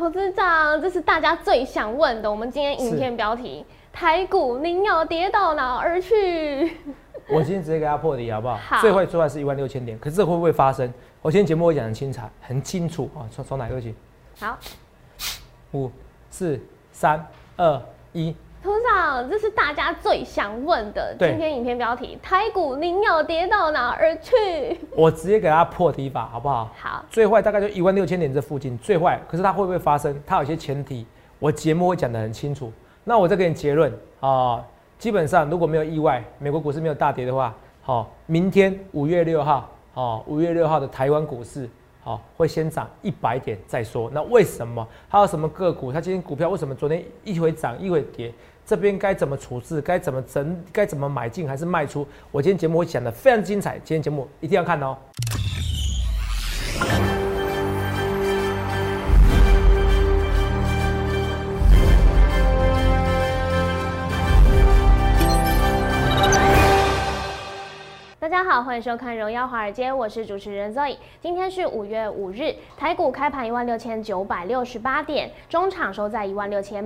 投资长，这是大家最想问的。我们今天影片标题：台股您要跌到哪儿去？ 我今天直接给它破底，好不好？ 好， 最坏是16000点，可是这会不会发生？我今天节目会讲很清楚啊。从哪个起？ 好 ，5、4、3、2、1。 投资长，这是大家最想问的。今天影片标题：台股您要跌到哪儿去？ 我直接给它破底法，好不好？ 好， 最坏大概就16000点这附近，最坏。可是它会不会发生？它有些前提，我节目会讲得很清楚。那我再给你结论啊，基本上如果没有意外，美国股市没有大跌的话，明天5月6号，5月6号的台湾股市。会先涨100点再说。那为什么？还有什么个股？它今天股票为什么昨天一回涨一回跌？这边该怎么处置？该怎么该怎么买进还是卖出？我今天节目会讲得非常精彩，今天节目一定要看哦。 大家好，欢迎收看《荣耀华尔街》，我是主持人 Zoe。今天是5月5日，台股开盘16968点，中场收在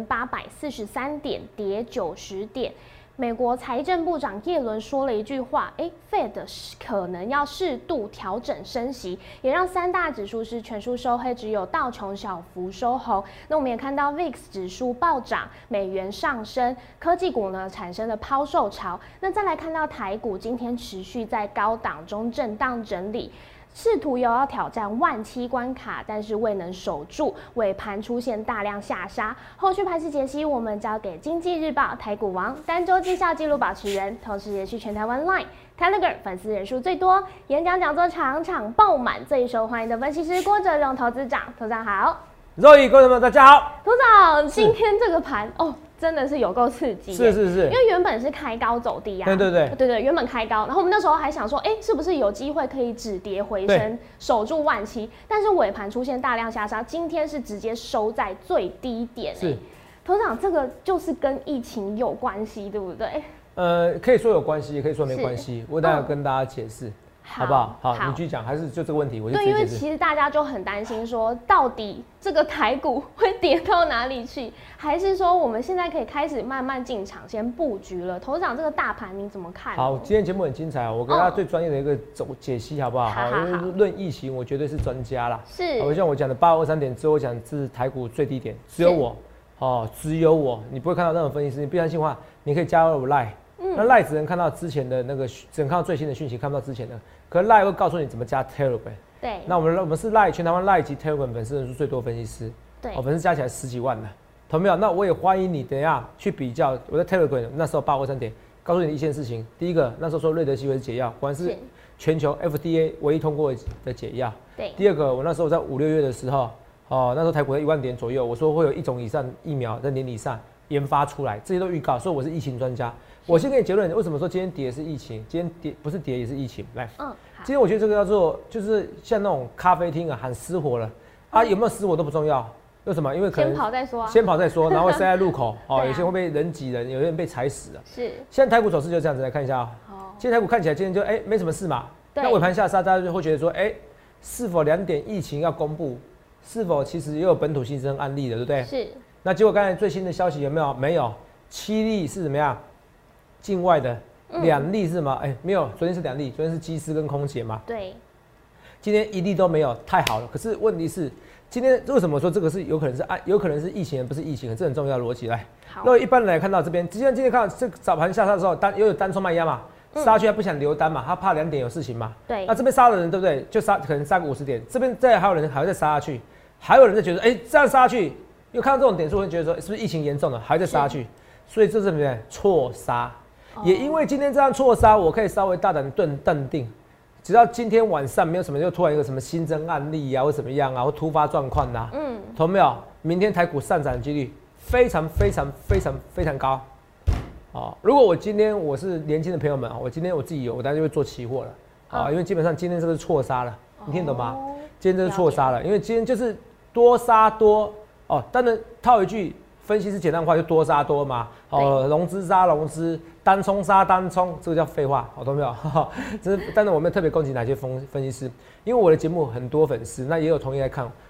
16843点，跌90点。美国财政部长耶伦说了一句话，Fed 可能要适度调整升息，也让3大指数是全数收黑，只有道琼小幅收红。那我们也看到 VIX 指数暴涨，美元上升，科技股呢产生了抛售潮。那再来看到台股今天持续在高档中震荡整理。试图要挑战17000关卡，但是未能守住，尾盘出现大量下杀。后续盘势解析，我们交给经济日报台股王单周绩效纪录保持人，同时也是全台湾 Line、Telegram 粉丝人数最多，演讲讲座场场爆满，最受欢迎的分析师郭哲荣投资长。投资长好 ，Zoe，各位们大家好。 投资长，今天这个盘真的是有够刺激， 是， 因为原本是开高走低啊，对，原本开高，然后我们那时候还想说，是不是有机会可以止跌回升，守住17000？但是尾盘出现大量下杀，今天是直接收在最低点。是，投资长，这个就是跟疫情有关系，对不对？ 可以说有关系，也可以说没关系。我等下跟大家解释。好不好？好，你继续讲，还是就这个问题？我就对，因为其实大家就很担心说，到底这个台股会跌到哪里去，还是说我们现在可以开始慢慢进场，先布局了？投资长，这个大盘你怎么看？ 好，今天节目很精彩，我给大家最专业的一个解析，好不好？好，因为论疫情，我绝对是专家啦。 是， 好像我讲的8223点之后，我讲是台股最低点，只有我，你不会看到任何分析师，你不相信的话，你可以加入我 Line。那 Line 只能看到之前的那个，只能看到最新的讯息，看不到之前的。可是 Line 会告诉你怎么加 Telegram。 对。 那我们是 Line 全台湾 Line 及 Telegram 粉丝人数最多分析师。 对。 粉丝加起来10几万了，懂没有？那我也欢迎你等一下去比较我在 Telegram 那时候8223点，告诉你一件事情。第一个，那时候说瑞德西韦是解药，果然是全球 FDA 唯一通过的解药。 对。 第二个，我那时候在5、6月的时候，那时候台股在1万点左右，我说会有1种以上疫苗在年底上研发出来，这些都预告，所以我是疫情专家。我先给你结论，为什么说今天跌是疫情？今天跌不是跌也是疫情。来，今天我觉得这个叫做就是像那种咖啡厅喊失火了有没有失火都不重要，为什么？因为可能先跑再说， 先跑再说，然后会塞在路口有些会被人挤人，有些人被踩死了。 是， 现在台股走势就这样子，来看一下今天台股看起来今天就没什么事嘛，那尾盘下杀，大家就会觉得说，是否2点疫情要公布？是否其实也有本土新增案例的，对不对？ 是。那结果刚才最新的消息有没有？没有，7例是怎么样？境外的2例是吗？没有，昨天是2例，昨天是机师跟空姐嘛。 对。 今天1例都没有，太好了。可是问题是，今天为什么说这个是有可能是疫情，不是疫情？这很重要的逻辑。来，如果一般人来看到这边，今天看到这早盘下杀的时候，有单冲卖压嘛，杀去他不想留单嘛，他怕2点有事情嘛。 对。 那这边杀的人对不对？就可能杀个50点，这边再还有人还会再杀下去，还有人在觉得这样杀下去，又看到这种点数会觉得说是不是疫情严重了，还会再杀下去，所以这是什么？错杀。也因为今天这样错杀，我可以稍微大胆淡定，只要今天晚上没有什么又突然一个什么新增案例或怎么样或突发状况懂没有？明天台股上涨的几率非常高。如果我今天我是年轻的朋友们我今天我自己我当然就会做期货了因为基本上今天这个是错杀了，你听懂吗？今天这是错杀了，因为今天就是多杀多当然套一句。分析是简单话就多杀多嘛，融资杀融资，单冲杀单冲，这个叫废话，懂没有？但是我没有特别攻击哪些分析师，因为我的节目很多粉丝，那也有同业来看，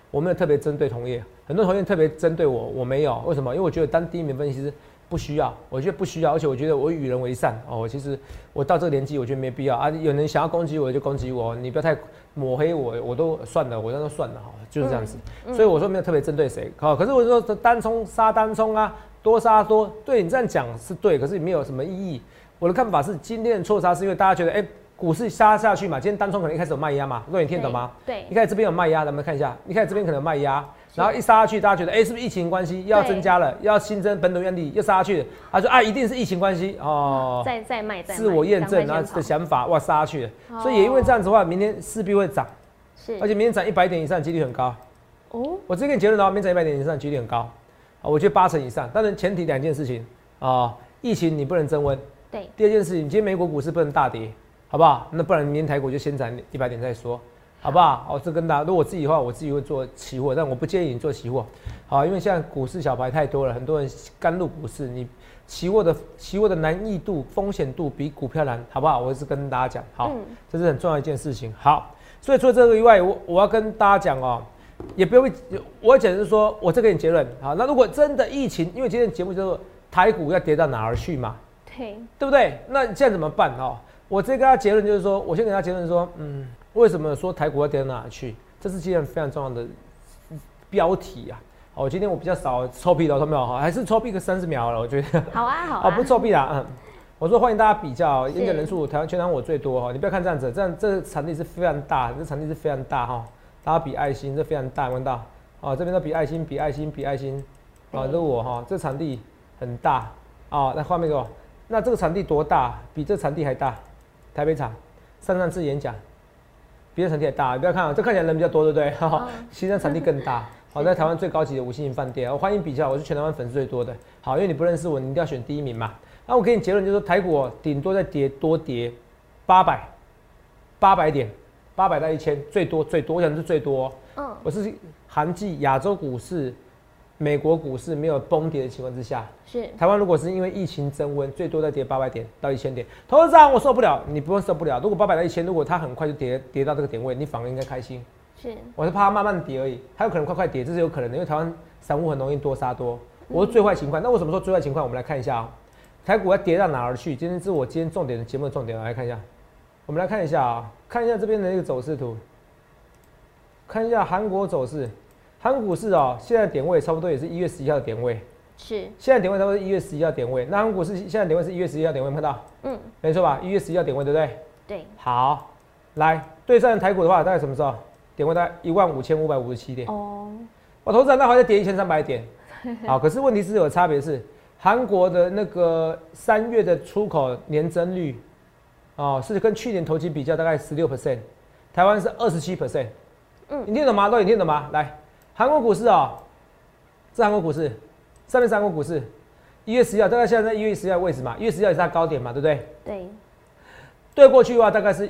我没有特别针对同业，很多同业特别针对我，我没有，为什么？因为我觉得当第一名分析师不需要，我觉得不需要，而且我觉得我与人为善哦。其实我到这个年纪，我觉得没必要啊。有人想要攻击我就攻击我，你不要太抹黑我，我都算了，我那都算了哈，就是这样子。所以我说没有特别针对谁，好，可是我说单冲杀单冲啊，多杀多，对你这样讲是对，可是没有什么意义。我的看法是，今天的错杀是因为大家觉得，股市杀下去嘛，今天单冲可能一开始有卖压嘛，若你听得懂吗？ 对， 一开始这边有卖压，咱们看一下，一开始这边可能有卖压，然后一杀下去，大家觉得，是不是疫情关系要增加了，要新增本土案例，又杀下去了，他说一定是疫情关系哦， 再卖， 自我验证，然后的想法，哇，杀下去了，所以也因为这样子的话，明天势必会涨， 是， 而且明天涨100点以上，几率很高。哦，我直接给你结论的话，明天涨100点以上，几率很高，我觉得80%以上。当然前提2件事情疫情你不能增温。 对， 第二件事情，今天美国股市不能大跌，好不好？那不然明天台股就先涨100点再说，好不好？这跟大家，如果我自己的话，我自己会做期货，但我不建议你做期货，好，因为现在股市小白太多了，很多人干入股市，你期货的难易度、风险度比股票难，好不好？我是跟大家讲，好，这是很重要的一件事情。好，所以除了这个以外，我要跟大家讲也不用，我要讲的是说，我这给你结论，好，那如果真的疫情，因为今天的节目叫做台股要跌到哪儿去嘛？对不对？那这样怎么办我直接跟他结论就是说，我先给他结论说，为什么说台股要跌到哪去？这是今天非常重要的标题啊。今天我比较少抽屁了，看到没有？还是抽屁个30秒了，我觉得。 好啊。 不是抽屁啦，我说欢迎大家比较，演讲人数全台湾我最多你不要看这样子，这个场地是非常大，这场地是非常大大家比爱心，这非常大，看到这边都比爱心，比爱心，这是我这场地很大那画面给我。那这个场地多大？比这个场地还大，台北场上次演讲，比这场地还大。你不要看这看起来人比较多，对不对？其实场地更大。在台湾最高级的5星级饭店，我欢迎比较，我是全台湾粉丝最多的。好，因为你不认识我，你一定要选第一名嘛。那我给你结论就是说，台股顶多再多跌800点，800到1000，最多，我想是最多。我是韩系亚洲股市。美国股市没有崩跌的情况之下，是台湾如果是因为疫情增温，最多再跌800点到1000点，投资长我受不了，你不用受不了。如果800到1000，如果它很快就跌到这个点位，你反而应该开心。是，我是怕它慢慢跌而已，它有可能快跌，这是有可能的，因为台湾散户很容易多杀多。我是最坏情况，那为什么说最坏情况？我们来看一下台股要跌到哪儿去？今天是我今天重点的节目的重点，来看一下。我们来看一下看一下这边的一个走势图，看一下韩国走势。韩国股市现在点位差不多也是1月11号的点位，是现在点位差不多是1月11号点位。那韩国股市现在点位是1月11号点位，看到？没错吧？1月11号点位，对不对？对。好，来对战台股的话，大概什么时候？点位大概15557点。我投资人那还在跌1300点。好，可是问题是有差别是，韩国的那个3月的出口年增率，是跟去年同期比较大概16%，台湾是27%。你听懂吗？都你听懂吗？来。韩国股市这韩国股市，上面是韩国股市，1月11号，大概现在在1月11号的位置嘛，1月11号也是它高点嘛，对不对？对。对过去的话，大概是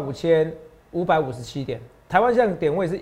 15557点，台湾现在点位是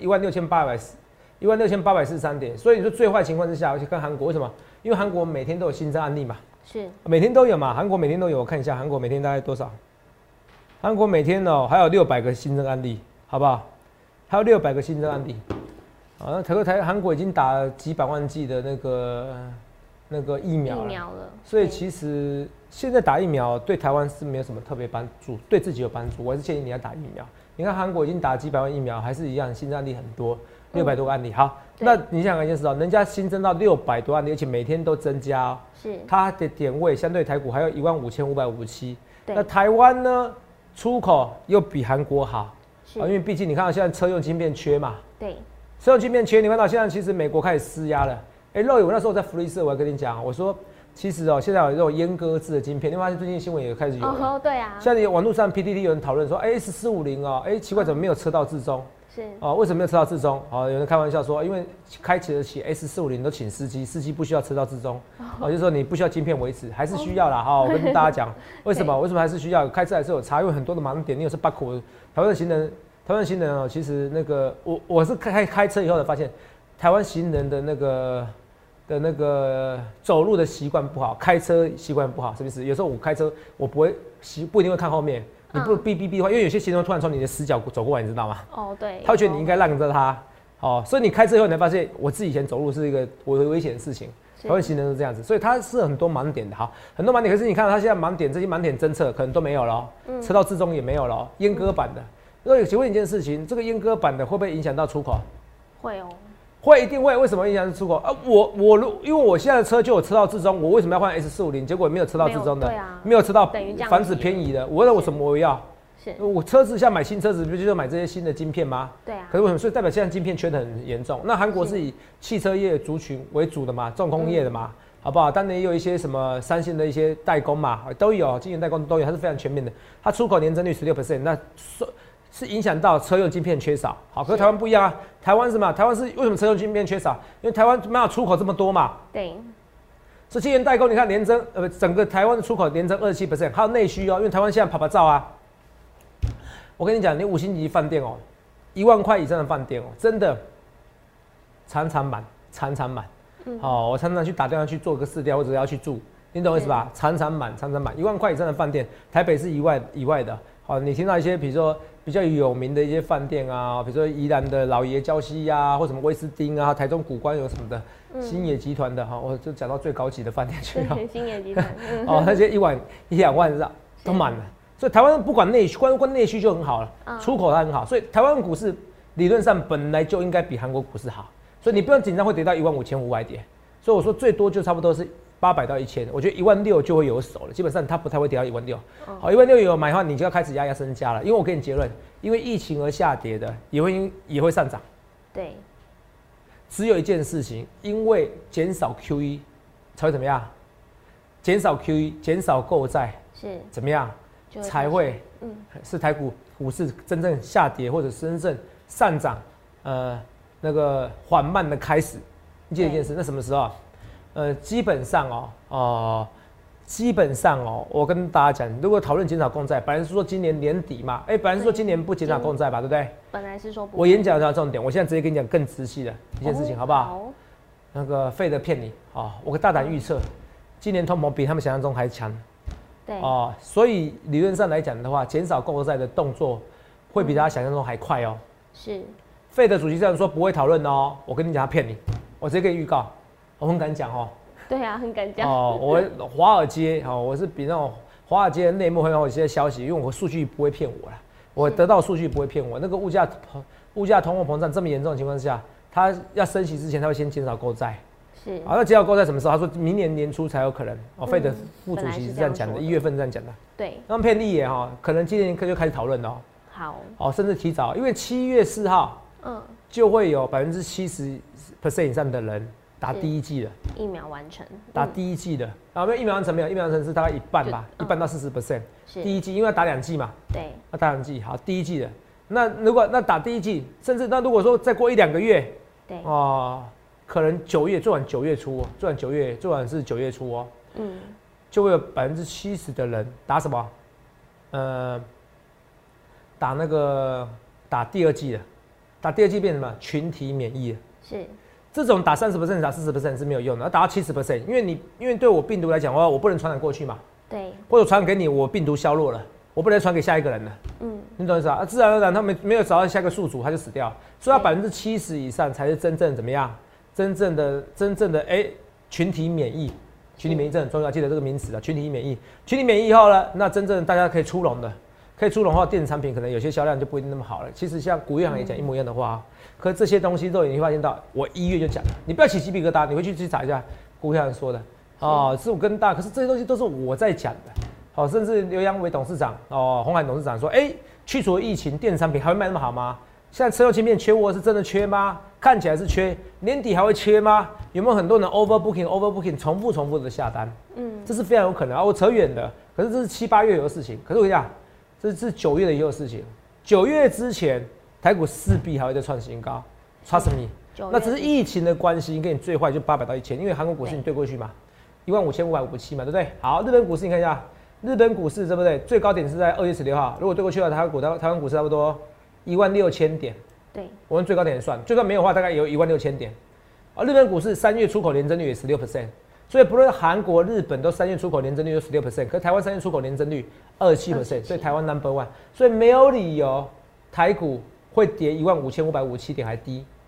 16843点，所以你说最坏情况之下，而且跟韩国为什么？因为韩国每天都有新增案例嘛，是每天都有嘛，韩国每天都有，我看一下韩国每天大概多少？韩国每天还有600个新增案例，好不好？还有600个新增案例。韩国已经打了几百万剂的那个疫苗了，所以其实现在打疫苗对台湾是没有什么特别帮助，对自己有帮助。我还是建议你要打疫苗。你看韩国已经打了几百万疫苗，还是一样新增案例很多，600多个案例。好，那你想想一件事人家新增到600多案例，而且每天都增加是它的点位相对台股还有15557。那台湾呢，出口又比韩国好，因为毕竟你看到现在车用晶片缺嘛，对。车用晶片缺，你看到现在其实美国开始施压了。肉友，我那时候在福利社，我还跟你讲，我说其实现在有这种阉割制的晶片，你发现最近新闻也开始有。对啊。现在网络上 PTT 有人讨论说，1450奇怪，怎么没有车道自中？是。为什么没有车道自中？有人开玩笑说，因为开启得起 S450都请司机，司机不需要车道自中。就是说你不需要晶片维持，还是需要啦。我跟大家讲，为什么？为什么还是需要？开车还是有差，因为很多的盲点，你有时候8苦，台湾的行人。台湾行人其实那个我是开车以后才发现，台湾行人的那个走路的习惯不好，开车习惯不好，是不是？有时候我开车我不一定会看后面，你不哔哔哔的话，因为有些行人突然从你的死角走过来，你知道吗？对。他会觉得你应该让着他， 好，所以你开车以后，你才发现我自己以前走路是一个危险的事情。台湾行人是这样子，所以它是很多盲点的。好，很多盲点，可是你看到它现在盲点，这些盲点侦测可能都没有了，车道自动也没有了，阉割版的。那请问一件事情，这个阉割版的会不会影响到出口？ 会哦， 会，一定会。为什么影响出口啊？因为我现在的车就有车道自中，我为什么要换 S450？结果没有车道自中的，没有车道防止偏移的，我什么我要？我车子像买新车子，不就是买这些新的晶片吗？ 对啊。 可是为什么？所以代表现在晶片缺得很严重。那韩国是以汽车业族群为主的嘛，重工业的嘛，好不好？当然也有一些什么三星的一些代工嘛，都有，晶圆代工都有，它是非常全面的。它出口年增率16%，那是影响到车用晶片缺少。好，可是台湾不一样啊，台湾是什么？台湾是为什么车用晶片缺少？因为台湾没有出口这么多嘛。 对。 所以晶圆代工，你看年增整个台湾的出口年增27%，还有内需哦，因为台湾现在跑照啊。我跟你讲，你5星级饭店哦，1万块以上的饭店哦，真的常常满。我常常去打电话去做个市调，或者要去住，你懂我意思吧？常常满。1万块以上的饭店，台北是以外的。好，你听到一些比如说比较有名的一些饭店啊，比如说宜兰的老爷礁溪啊，或什么威斯汀啊，台中古关有什么的，星野集团的哈，我就讲到最高级的饭店去了。 星野集团。 那些1、2万都满了。所以台湾不管内需，光内需就很好了，出口它很好，所以台湾股市理论上本来就应该比韩国股市好，所以你不用紧张会跌到15500点，所以我说最多就差不多是800到1000，我觉得16000就会有手了，基本上它不太会跌到16000。好，16000有买的话，你就要开始压身家了，因为我给你结论，因为疫情而下跌的也会上涨。 对， 只有一件事情，因为减少 QE 才会怎么样？减少 QE， 减少购债是怎么样？才会是台股市真正下跌或者真正上涨，那个缓慢的开始。你记得一件事，那什么时候啊？基本上我跟大家讲，如果讨论减少公债，本来是说今年年底嘛，本来是说今年不减少公债吧，对不对？ 本来是说不。 我演讲的重点，我现在直接跟你讲更仔细的一件事情，好不好？好。那个费德骗你啊！我大胆预测，今年通膨比他们想象中还强。 对所以理论上来讲的话，减少购债的动作会比大家想象中还快哦。 是， 费德主席这样说不会讨论哦。我跟你讲，他骗你，我直接给你预告，我很敢讲哦。 对啊，很敢讲。 我华尔街我是比那种华尔街的内幕会让我一些消息，因为我数据不会骗我啦，我得到数据不会骗我。那个物价通货膨胀这么严重的情况下，他要升息之前，他会先减少购债。是，那减少购债什么时候？他说明年年初才有可能。费德副主席是这样讲的，1月份这样讲的。对，那么骗利也可能今年就开始讨论了。好，甚至提早，因为7月4号，就会有70% 以上的人打第一剂了， 疫苗完成， 打第一剂的。没有疫苗完成没有？疫苗完成是大概一半吧，1半到40%。第一剂，因为要打2剂嘛。对，要打2剂，好，第一剂的。那如果打第一剂，甚至那如果说再过1-2个月，对可能9月，最晚9月初，最晚是9月初哦。就会有70%的人打什么？打第二剂的，打第二剂变成什么？群体免疫了。是，这种打30%、打40%是没有用的，要打到70%，因为对我病毒来讲的话，我不能传染过去嘛。对，或者传染给你，我病毒削弱了，我不能传给下一个人了。你懂意思啊？自然而然他没有找到下一个宿主，他就死掉。所以要70%以上才是真正怎么样？真正的群体免疫，群体免疫这很重要，记得这个名词啊，群体免疫。群体免疫以后呢，那真正大家可以出笼的话，电子产品可能有些销量就不一定那么好了。其实像古月行也讲一模一样的话，可是这些东西都已经发现到，我1月就讲了，你不要起鸡皮疙瘩，你回去查一下古月行说的是我跟大，可是这些东西都是我在讲的。甚至刘扬伟董事长鸿海董事长说，去除疫情，电子产品还会卖那么好吗？现在车用晶片缺货是真的缺吗？看起来是缺，年底还会缺吗？有没有很多人 overbooking 重复的下单？这是非常有可能啊。我扯远了，可是这是7、8月有的事情。可是我跟你讲，这是9月的以后的事情。9月之前，台股势必还会再创新高 ，trust me。那只是疫情的关系，给你最坏就800到1000，因为韩国股市你对过去嘛，15557嘛，对不对？好，日本股市你看一下，日本股市对不对？最高点是在2月16号，如果对过去的台湾股市差不多16000点。对，我用最高点算，最高没有的话，大概有16000点。日本股市3月出口年增率也16%，所以不论韩国、日本都3月出口年增率有16%，可是台湾3月出口年增率27%，所以台湾 No.1， 所以没有理由台股会跌15557点还低，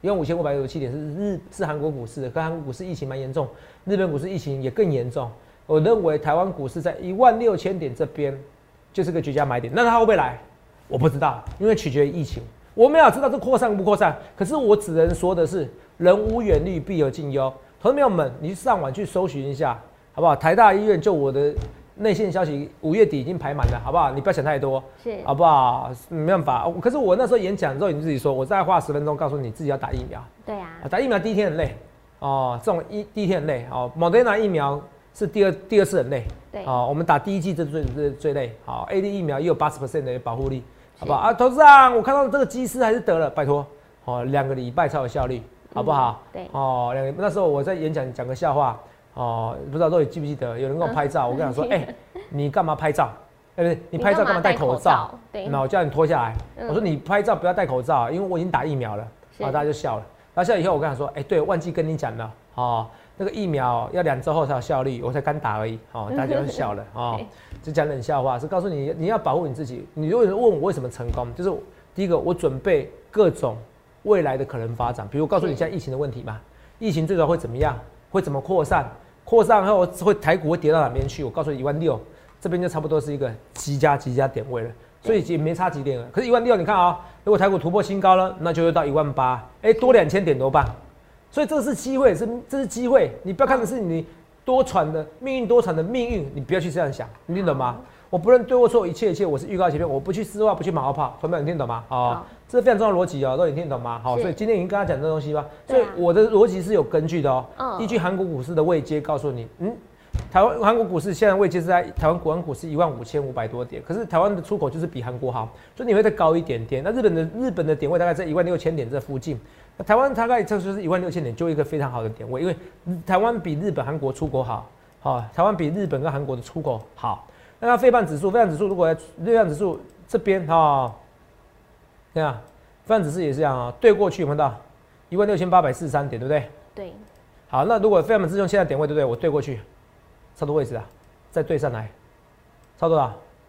15567点是韩国股市的，可韩国股市疫情蛮严重，日本股市疫情也更严重。我认为台湾股市在16000点这边就是个绝佳买点。那它会不会来？我不知道，因为取决于疫情。我没有知道这扩散不扩散，可是我只能说的是，人无远虑，必有近忧。投资朋友们，你上网去搜寻一下，好不好？台大医院就我的内线消息，5月底已经排满了，好不好？你不要想太多， 是好不好？没办法，可是我那时候演讲之后，你自己说，我再花10分钟告诉你自己要打疫苗。 对啊， 打疫苗第一天很累哦，这种第一天很累哦。Moderna 疫苗是第二次很累， 对哦，我们打第一剂这最累。好 ，AD 疫苗也有80% 的保护力，好不好？啊，投资长，我看到这个机师还是得了，拜托，哦，2个礼拜才有效率，好不好？ 对， 哦，那时候我在演讲讲个笑话。哦，不知道你记不记得，有人跟我拍照，我跟他说，你干嘛拍照？你拍照干嘛戴口罩？ 对， 那我叫你脱下来。我说你拍照不要戴口罩，因为我已经打疫苗了。然后大家就笑了。然后笑了以后，我跟他说，对，忘记跟你讲了，哦，那个疫苗要2周后才有效率，我才刚打而已。哦，大家就笑了。哦，就讲冷笑话，是告诉你你要保护你自己。你如果问我为什么成功，就是第一个，我准备各种未来的可能发展，比如告诉你现在疫情的问题嘛，疫情最早会怎么样，会怎么扩散。扩散后台股会跌到哪边去？我告诉你，16000这边就差不多是一个极佳点位了，所以也没差几点了。可是16000，你看啊，如果台股突破新高了，那就会到18000，多2000点多棒。所以这是机会，这是机会。你不要看的是你多舛的命运，你不要去这样想，你听懂吗？我不论对或错，一切我是预告前面，我不去丝袜，不去马后炮，同学们你听懂吗？哦，这是非常重要的逻辑哦，都你听懂吗？好，所以今天已经跟他讲这东西吧，所以我的逻辑是有根据的哦。依据韩国股市的位阶告诉你，韩国股市现在位阶是在台湾股市15500多点，可是台湾的出口就是比韩国好，所以你会再高一点点。那日本的点位大概在16000点这附近，那台湾大概这就是16000点，就一个非常好的点位，因为台湾比日本、韩国出口好，台湾比日本跟韩国的出口好。那费半指数如果费半指数这边对啊，费半指数也是这样对过去有没有到16843点，对不对？ 对。 好，那如果费半指数用现在点位，对不对？我对过去，差不多位置啊，再对上来，差不多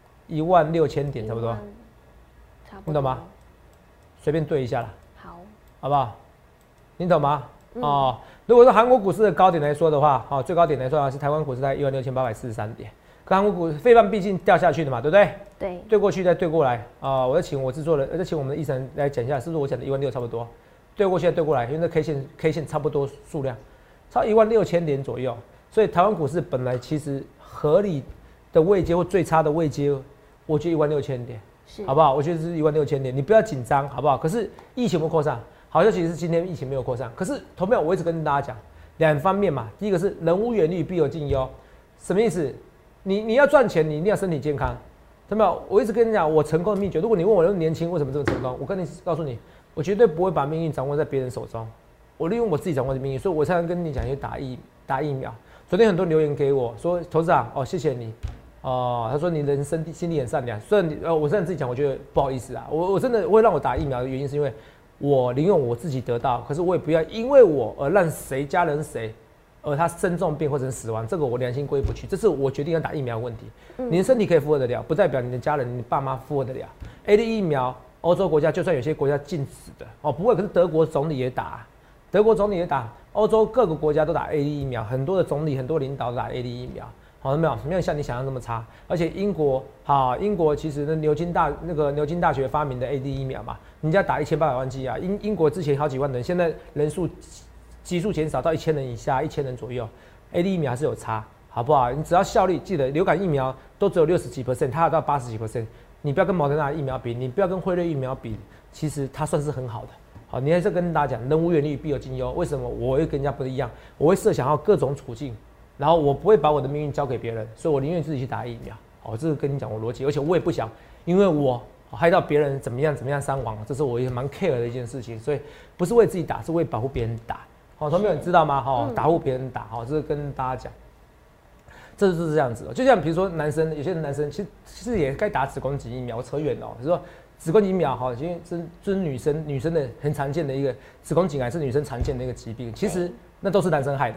16000点，差不多。差不多。你懂吗？随便对一下啦。 好。 好不好？你懂吗？如果说韩国股市的高点来说的话，最高点来说的话是台湾股市在16843点。韩国股费半毕竟掉下去的嘛，对不对？ 对。对过去再对过来我再请我制作人，再请我们的医生来讲一下，是不是我讲的16000差不多？对过去再对过来，因为那 K 线差不多数量，超16000点左右，所以台湾股市本来其实合理的位阶或最差的位阶，我觉得16000点，好不好？我觉得是16000点，你不要紧张，好不好？可是疫情有没有扩散？好消息是今天疫情没有扩散，可是同样我一直跟大家讲2方面嘛，第一个是人无远虑，必有近忧，什么意思？你要赚钱，你一定要身体健康，懂没有？我一直跟你讲，我成功的秘诀。如果你问我那么年轻为什么这么成功，我告诉你，我绝对不会把命运掌握在别人手中，我利用我自己掌握的命运，所以我才能跟你讲去打疫苗。昨天很多留言给我说，投资长谢谢你他说你人心地很善良。虽然我虽然自己讲，我觉得不好意思啊，我真的会让我打疫苗的原因是因为我宁愿我自己得到，可是我也不要因为我而让家人而他生重病或者死亡，这个我良心过意不去，这是我决定要打疫苗的问题。你的身体可以负荷得了，不代表你的家人、你爸妈负荷得了。AD 疫苗，欧洲国家就算有些国家禁止的不会，可是德国总理也打，欧洲各个国家都打 AD 疫苗，很多的总理、很多领导都打 AD 疫苗，好了没有？没有像你想象那么差。而且英国其实牛津大学发明的 AD 疫苗嘛，人家打1800万剂啊，英国之前好几万人，现在人数急速减少到1000人以下，1000人左右 ，AD 疫苗还是有差，好不好？你只要效率，记得流感疫苗都只有60几%，它有到80几%，你不要跟Moderna疫苗比，你不要跟辉瑞疫苗比，其实它算是很好的。好，你还是跟大家讲，人无远虑，必有近忧。为什么我会跟人家不一样？我会设想到各种处境，然后我不会把我的命运交给别人，所以我宁愿自己去打疫苗。好，这是跟你讲我逻辑，而且我也不想，因为我害到别人怎么样伤亡，这是我也蛮 care 的一件事情，所以不是为自己打，是为保护别人打。好，同学们你知道吗？打护别人打，这是跟大家讲，这是这样子。就像比如说男生，有些男生其实也该打子宫颈疫苗，扯远了。就是说子宫颈疫苗因为这是女生的很常见的一个子宫颈癌是女生常见的一个疾病，其实那都是男生害的。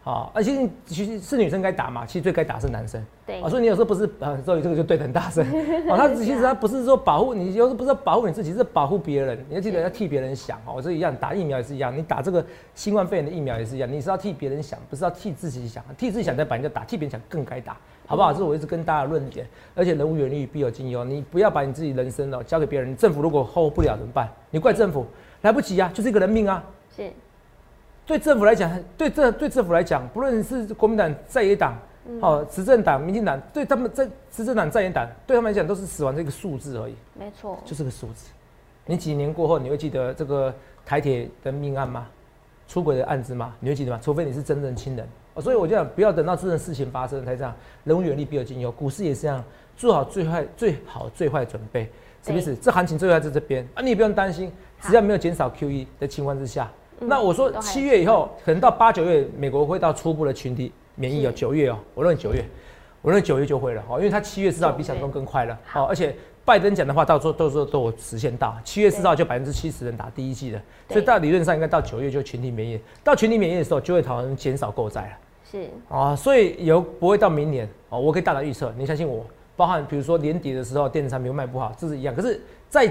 好，而且其实是女生该打嘛，其实最该打是男生。 对， 所以你有时候不是所以这个就对得很大声。他其实他不是说保护你，有时候不是保护你自己，是保护别人。你要记得要替别人想哦，这一样，打疫苗也是一样，你打这个新冠肺炎的疫苗也是一样，你是要替别人想，不是要替自己想。替自己想再把人家打，替别人想更该打，好不好？这是我一直跟大家的论点。而且人无远虑，必有近忧，你不要把你自己人生交给别人。政府如果 hold 不了怎么办？你怪政府来不及啊，就是一个人命啊。 是。 对政府来讲，对政府来讲，不论是国民党在野党，执政党、民进党，对他们在执政党、在野党，对他们来讲都是死亡这个数字而已。 没错， 就是个数字。你几年过后，你会记得这个台铁的命案吗？出轨的案子吗？你会记得吗？除非你是真正亲人。所以我就讲，不要等到这种事情发生才这样。人无远虑，必有近忧。股市也是这样，做好最坏准备。什么意思？这行情最坏在这边啊，你也不用担心，只要没有减少 QE 的情况之下。那我说7月以后，可能到8、9月，美国会到初步的群体免疫9月哦，我认为9月就会了因为他7月4号比想象中更快了而且拜登讲的话到时候都有实现到，7月4号就70%人打第一剂了，所以到理论上应该到9月就群体免疫，到群体免疫的时候就会讨论减少购债了，是所以不会到明年我可以大胆预测，你相信我，包含比如说年底的时候电子产品卖不好，这是一样，可是在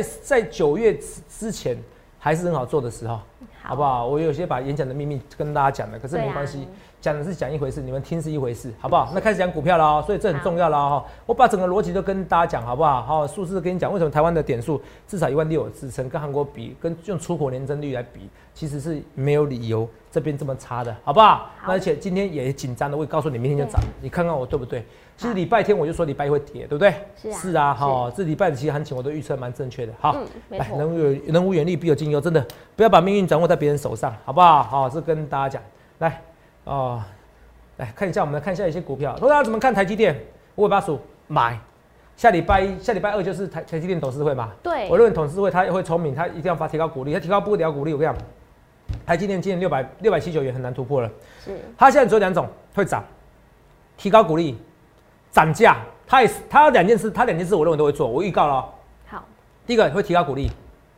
9月之前。还是很好做的时候，好不好？我有些把演讲的秘密跟大家讲了，可是没关系，讲的是讲一回事，你们听是一回事，好不好？那开始讲股票了所以这很重要了我把整个逻辑都跟大家讲，好不好？数字跟你讲，为什么台湾的点数至少16000有支撑，跟韩国比，跟用出口年增率来比，其实是没有理由这边这么差的，好不好？而且今天也紧张的，我告诉你，明天就涨，你看看我对不对？其实礼拜天我就说礼拜一会跌，对不对？是啊，这礼拜的其实行情我都预测蛮正确的。好，来，人无远虑，必有近忧，真的不要把命运掌握在别人手上，好不好？这跟大家讲，来来看一下，我们来看一下一些股票，大家怎么看台积电？5尾巴数买，下礼拜2就是台积电董事会嘛。对，我认为董事会他会聪明，他一定要发提高股利，他提高不了股利，我跟你讲，台积电今年679元很难突破了。是，他现在只有2种会涨，提高股利。涨价，他有两件事，我认为都会做，我预告了好，第一个会提高股利，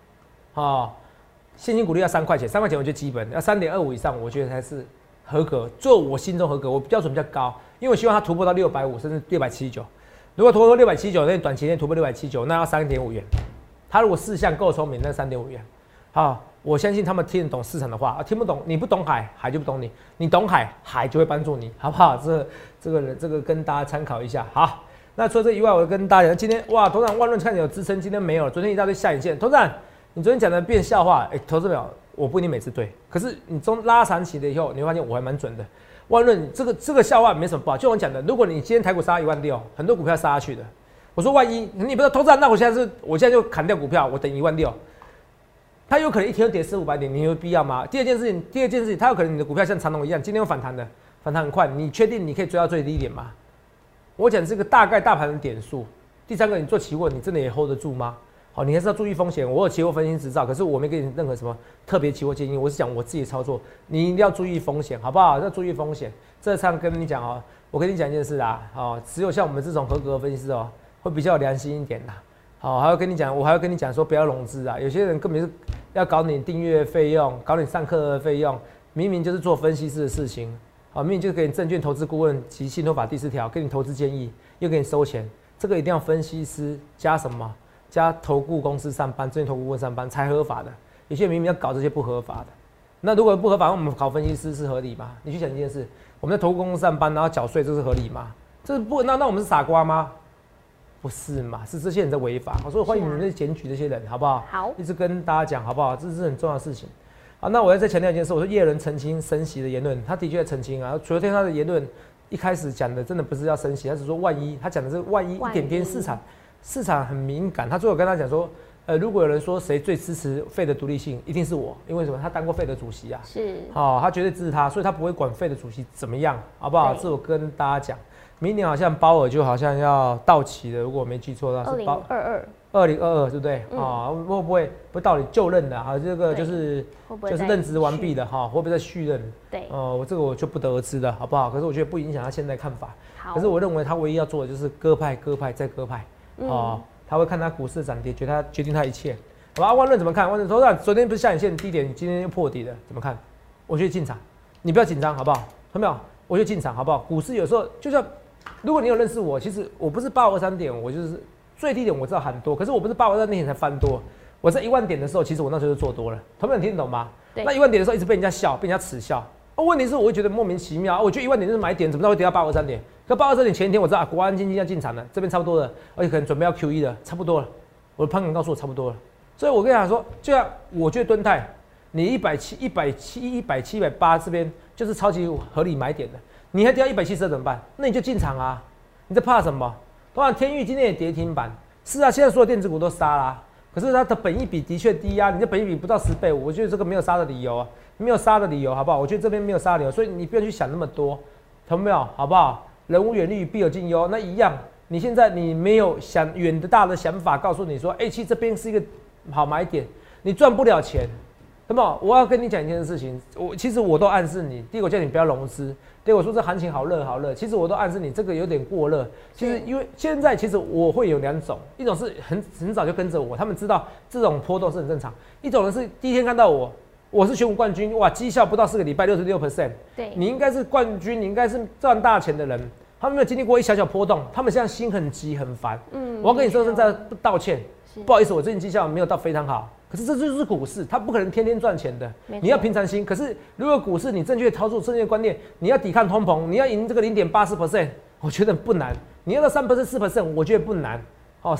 现金股利要3块钱，3块钱我觉得基本，要3.25以上，我觉得才是合格，做我心中合格，我标准比较高，因为我希望它突破到650甚至679，如果突破679，那短期内突破679，那要3.5元，他如果4项够聪明，那3.5元，好。我相信他们听得懂市场的话，听不懂，你不懂海就不懂你，你懂海就会帮助你，好不好？这个跟大家参考一下。好，那除了这以外，我跟大家讲，今天哇，头涨万润看起来有支撑，今天没有了，昨天一大堆下影线。头涨，你昨天讲的变笑话，投资表我不一定每次对，可是你拉长期了以后，你会发现我还蛮准的。万润这个笑话没什么不好，就我讲的，如果你今天台股杀16000，很多股票杀下去的，我说万一你不是投资人，那我现在就砍掉股票，我等16000。它有可能一天就跌400-500点，你有必要吗？第二件事情，它有可能你的股票像长荣一样，今天有反弹的，反弹很快，你确定你可以追到最低点吗？我讲这个大概大盘的点数。第三个，你做期货，你真的也 hold 得住吗？好，你还是要注意风险。我有期货分析执照，可是我没给你任何什么特别期货建议，我是讲我自己的操作，你一定要注意风险，好不好？要注意风险。这场跟你讲我跟你讲一件事只有像我们这种合格的分析师会比较有良心一点啦。好，我还要跟你讲说不要融资啊！有些人根本是要搞你订阅费用，搞你上课的费用，明明就是做分析师的事情，明明就是给你证券投资顾问及信托法第4条，给你投资建议，又给你收钱，这个一定要分析师加什么？加投顾公司上班，证券投顾顾问上班才合法的。有些人明明要搞这些不合法的，那如果不合法，我们考分析师是合理吗？你去想一件事，我们在投顾公司上班，然后缴税，这是合理吗？这是不，那我们是傻瓜吗？不是嘛？是这些人在违法，所以欢迎你们去检举这些人，好不好？好，一直跟大家讲，好不好？这是很重要的事情。好，那我要再强调一件事，我说叶伦澄清升息的言论，他的确在澄清啊。昨天他的言论一开始讲的真的不是要升息，他是说万一，他讲的是万一一点点市场很敏感。他最后跟他讲说，如果有人说谁最支持费的独立性，一定是我，因为什么？他当过费的主席啊，是，他绝对支持他，所以他不会管费的主席怎么样，好不好？这我跟大家讲。明年好像鲍尔就好像要到期了，如果我没记错的话是2022，对不对？会不会不到你就任的这个就是任职完毕的会不会再续任？对，这个我就不得而知了，好不好？可是我觉得不影响他现在看法。可是我认为他唯一要做的就是鸽派再鸽派，他会看他股市涨跌，决定他一切。好吧，万润怎么看？万润头上昨天不是下影线低点，今天又破底了，怎么看？我觉得进场，你不要紧张，好不好？ 有没有？我就进场好不好？股市有时候就像，如果你有认识我，其实我不是8523点，我就是最低点我知道很多，可是我不是8523点才翻多，我在1万点的时候，其实我那时候就做多了，同学们听得懂吗？那1万点的时候一直被人家笑，被人家耻笑。问题是我会觉得莫名其妙，我觉得1万点就是买点，怎么会跌到8523点？可8523点前一天我知道国安基金要进场了，这边差不多了，而且可能准备要 QE 了，差不多了。我的盘感告诉我差不多了，所以我跟你讲说，就像我觉得敦泰，你170、170、170、180这边就是超级合理买点的，你还跌到172怎么办？那你就进场啊！你在怕什么？当然，天钰今天也跌停板，是啊，现在所有电子股都杀啦，可是它的本益比的确低啊，你的本益比不到10倍，我觉得这个没有杀的理由啊，没有杀的理由，好不好？我觉得这边没有杀的理由，所以你不用去想那么多，懂没有？好不好？人无远虑，必有近忧，那一样。你现在你没有想远的大的想法，告诉你说，其实这边是一个好买点，你赚不了钱，对吗？我要跟你讲一件事情，其实我都暗示你，第一个我叫你不要融资，第二我说这行情好热好热，其实我都暗示你这个有点过热。其实因为现在其实我会有2种，一种是很早就跟着我，他们知道这种波动是很正常；一种人是第一天看到我是选股冠军，哇，绩效不到4个礼拜66%， 对， 你应该是冠军，你应该是赚大钱的人。他们没有经历过一小小波动，他们现在心很急很烦。我要跟你说声在道歉，不好意思，我最近绩效没有到非常好。可是这就是股市，它不可能天天赚钱的。你要平常心。可是如果股市你正确操作、正确观念，你要抵抗通膨，你要赢这个0.84%，我觉得不难。你要到3% 4%，我觉得不难。5%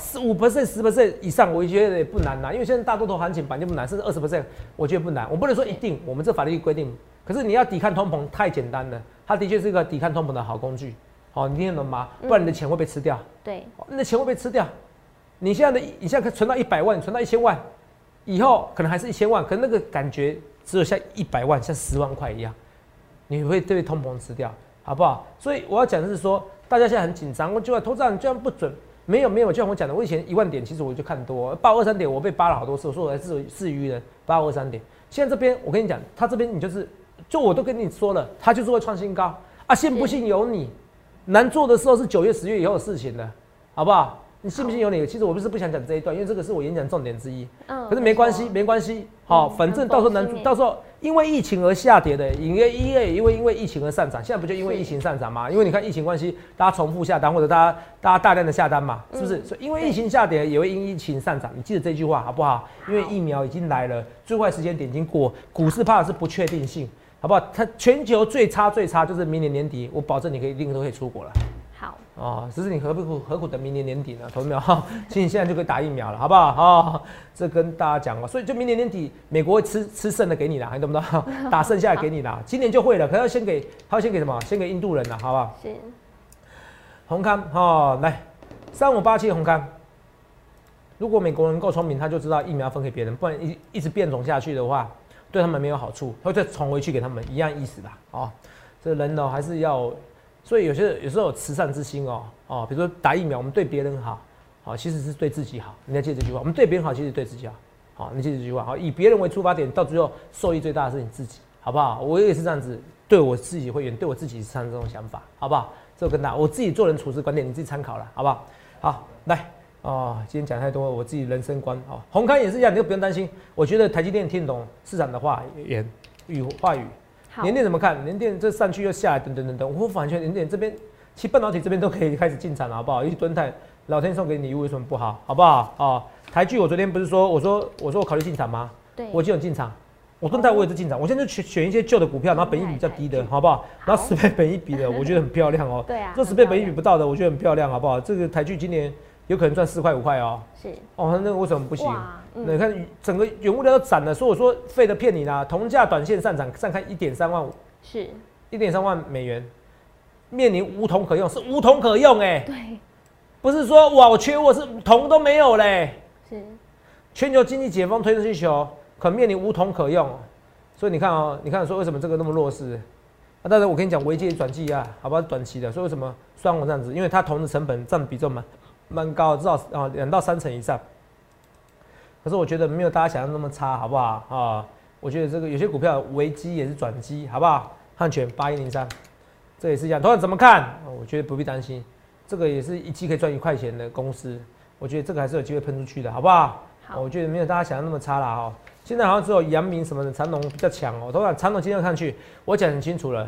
10% 以上，我觉得也不难呐。因为现在大多头行情本来就不难，甚至20%，我觉得不难。我不能说一定，我们这法律规定。可是你要抵抗通膨太简单了，它的确是一个抵抗通膨的好工具。你听得懂吗？不然你的钱会被吃掉。 对， 你的钱会被吃掉。你现在可以存到100万，存到1000万，以后可能还是1000万，可是那个感觉只有像100万、像10万块一样，你会被通膨吃掉，好不好？所以我要讲的是说，大家现在很紧张，我就投资人居然不准，没有，就像我讲的，我以前1万点其实我就看多，8523点我被扒了好多次，我说我才至于的8523点。现在这边我跟你讲，他这边你就我都跟你说了，他就是会创新高啊，信不信由你。难做的时候是9月、10月以后的事情了，好不好？你信不信由你。其实我不是不想讲这一段，因为这个是我演讲重点之一。可是没关系，好，反正到时候难做，到时候因为疫情而下跌的，因为疫情而上涨，现在不就因为疫情上涨吗？因为你看疫情关系，大家重复下单或者大家大量的下单嘛，是不是？所以因为疫情下跌，也会因疫情上涨。你记得这句话好不好？因为疫苗已经来了，最坏时间点已经过，股市怕的是不确定性。好不好？它全球最差就是明年年底，我保证你一定都可以出国了。 好只是你何苦等明年年底呢？投没有？其实你现在就可以打疫苗了，好不好？这跟大家讲嘛，所以就明年年底，美国会吃剩的给你啦，你懂不懂？打剩下的给你啦，今年就会了，可是要先给什么？先给印度人啦，好不好？ 是。 宏康来3587宏康，如果美国人够聪明，他就知道疫苗分给别人，不然一直变种下去的话。对他们没有好处，会再重回去给他们一样意思啦。这人呢还是要，所以有时候有慈善之心比如说打疫苗，我们对别人好，其实是对自己好。你要记得这句话，我们对别人好，其实对自己好。你记得这句话，以别人为出发点，到最后受益最大的是你自己，好不好？我也是这样子，对我自己会员，对我自己是这种想法，好不好？这个跟大家，我自己做人处事观点，你自己参考了，好不好？好，来。今天讲太多，我自己人生观宏康也是一样，你就不用担心。我觉得台积电听懂市场的话语，联电怎么看？联电这上去又下来，等，我反正联电这边，其实半导体这边都可以开始进场了，好不好？尤其敦泰，老天送给你礼物有什么不好？好不好？台剧我昨天不是说，我说我考虑进场吗？ 对， 我就有进场。我敦泰我也是进场，我现在就选一些旧的股票，然后本益比比较低的，好不好？然后10倍本益比的，我觉得很漂亮哦。 对啊， 这10倍本益比不到的，我觉得很漂亮，好不好？这个台剧今年。有可能赚4块5块哦。 是那个为什么不行？你看整个原物料都涨了，所以我说废的骗你啦。铜价短线上涨，上看1.3万， 是 1.3万美元，面临无铜可用，是无铜可用对， 不是说哇我缺货，是铜都没有嘞。 是全球经济解封推动需求，可面临无铜可用，所以你看你看说为什么这个那么弱势？但是我跟你讲，危机转机啊，好不好？短期的，所以为什么双红这样子？因为它铜的成本占比重蛮高的，至少2到3成以上。可是我觉得没有大家想象那么差，好不好？我觉得这个有些股票危机也是转机，好不好？汉泉8103，这也是一样。同样怎么看？我觉得不必担心，这个也是一季可以赚1块钱的公司，我觉得这个还是有机会喷出去的，好不好？我觉得没有大家想象那么差啦现在好像只有阳明什么的长荣比较强同样长荣今天看去，我讲很清楚了，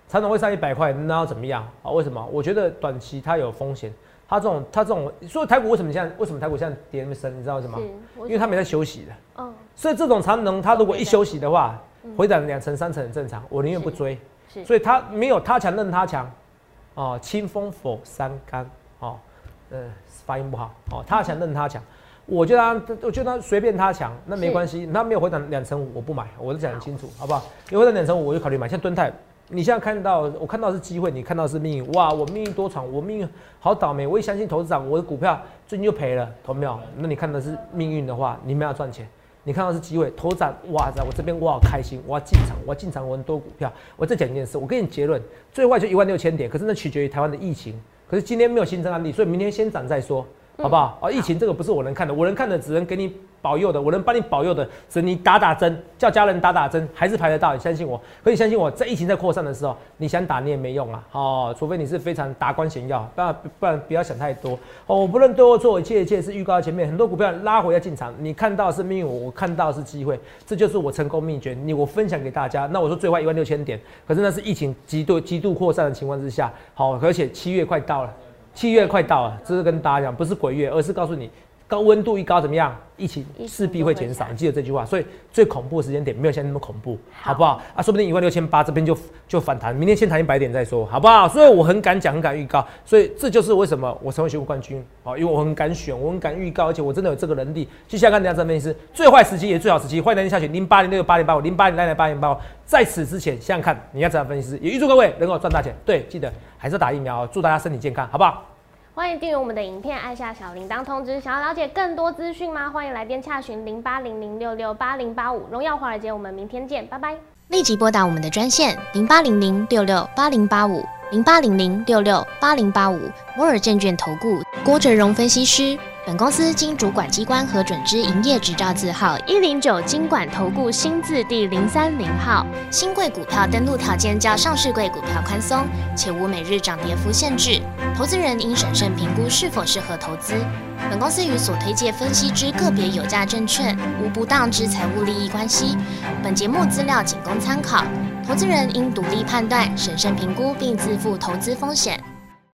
长荣会上100块，那要怎么样啊？为什么？我觉得短期它有风险。它这种，所以台股为什么台股现在跌那么深？你知道为什么？因为它没在休息的。所以这种长荣，它如果一休息的话，回档2成3成很正常。我宁愿不追。所以它没有他强任他强。哦，清风否三竿。哦，发音不好。哦，他强任他强。我觉得他随便他强，那没关系。他没有回档2成5，我不买。我都讲很清楚，好不好？有回档2成5，我就考虑买。像敦泰。你现在我看到是机会，你看到是命运，哇！我命运多舛，我命运好倒霉。我一相信投资长，我的股票最近就赔了，懂没有？那你看的是命运的话，你们要赚钱。你看到是机会，投资长，哇塞！我这边我好开心，我要进场，我很多股票。我再讲一件事，我给你结论，最坏就16000点，可是那取决于台湾的疫情。可是今天没有新增案例，所以明天先涨再说，好不好？疫情这个不是我能看的，我能看的只能给你保佑的，我能帮你保佑的，只能你打针，叫家人打针，还是排得到，你相信我。可以相信我，在疫情在扩散的时候，你想打你也没用啊，除非你是非常达官显要，不然不要想太多。我不论对或错，一切是预告在前面，很多股票拉回要进场，你看到是命运，我看到是机会，这就是我成功秘诀，我分享给大家。那我说最坏16000点，可是那是疫情极度扩散的情况之下，而且7月快到了。这是跟大家讲，不是鬼月，而是告诉你，高温度一高怎么样，疫情势必会减少，你记得这句话。所以最恐怖的时间点没有现在那么恐怖，好不好？说不定16800这边就反弹，明天先谈100点再说，好不好？所以我很敢讲，很敢预告，所以这就是为什么我成为选股冠军，因为我很敢选，我很敢预告，而且我真的有这个能力。接下来看大家分析师最坏时机也是最好时机，欢迎来电下选08068085080885，在此之前想想看，你要怎样分析师，也预祝各位能够赚大钱。对，记得还是打疫苗，祝大家身体健康，好不好？ 欢迎订阅我们的影片，按下小铃铛通知。想要了解更多资讯吗？欢迎来电洽询0800668085。荣耀华尔街，我们明天见，拜拜。 立即拨打我们的专线0800668085，0800668085。摩尔证券投顾郭哲荣分析师。本公司经主管机关核准之营业执照字号109金管投顾新字第030号。新贵股票登录条件较上市贵股票宽松，且无每日涨跌幅限制。投资人应审慎评估是否适合投资。本公司与所推介分析之个别有价证券无不当之财务利益关系。本节目资料仅供参考，投资人应独立判断、审慎评估并自负投资风险。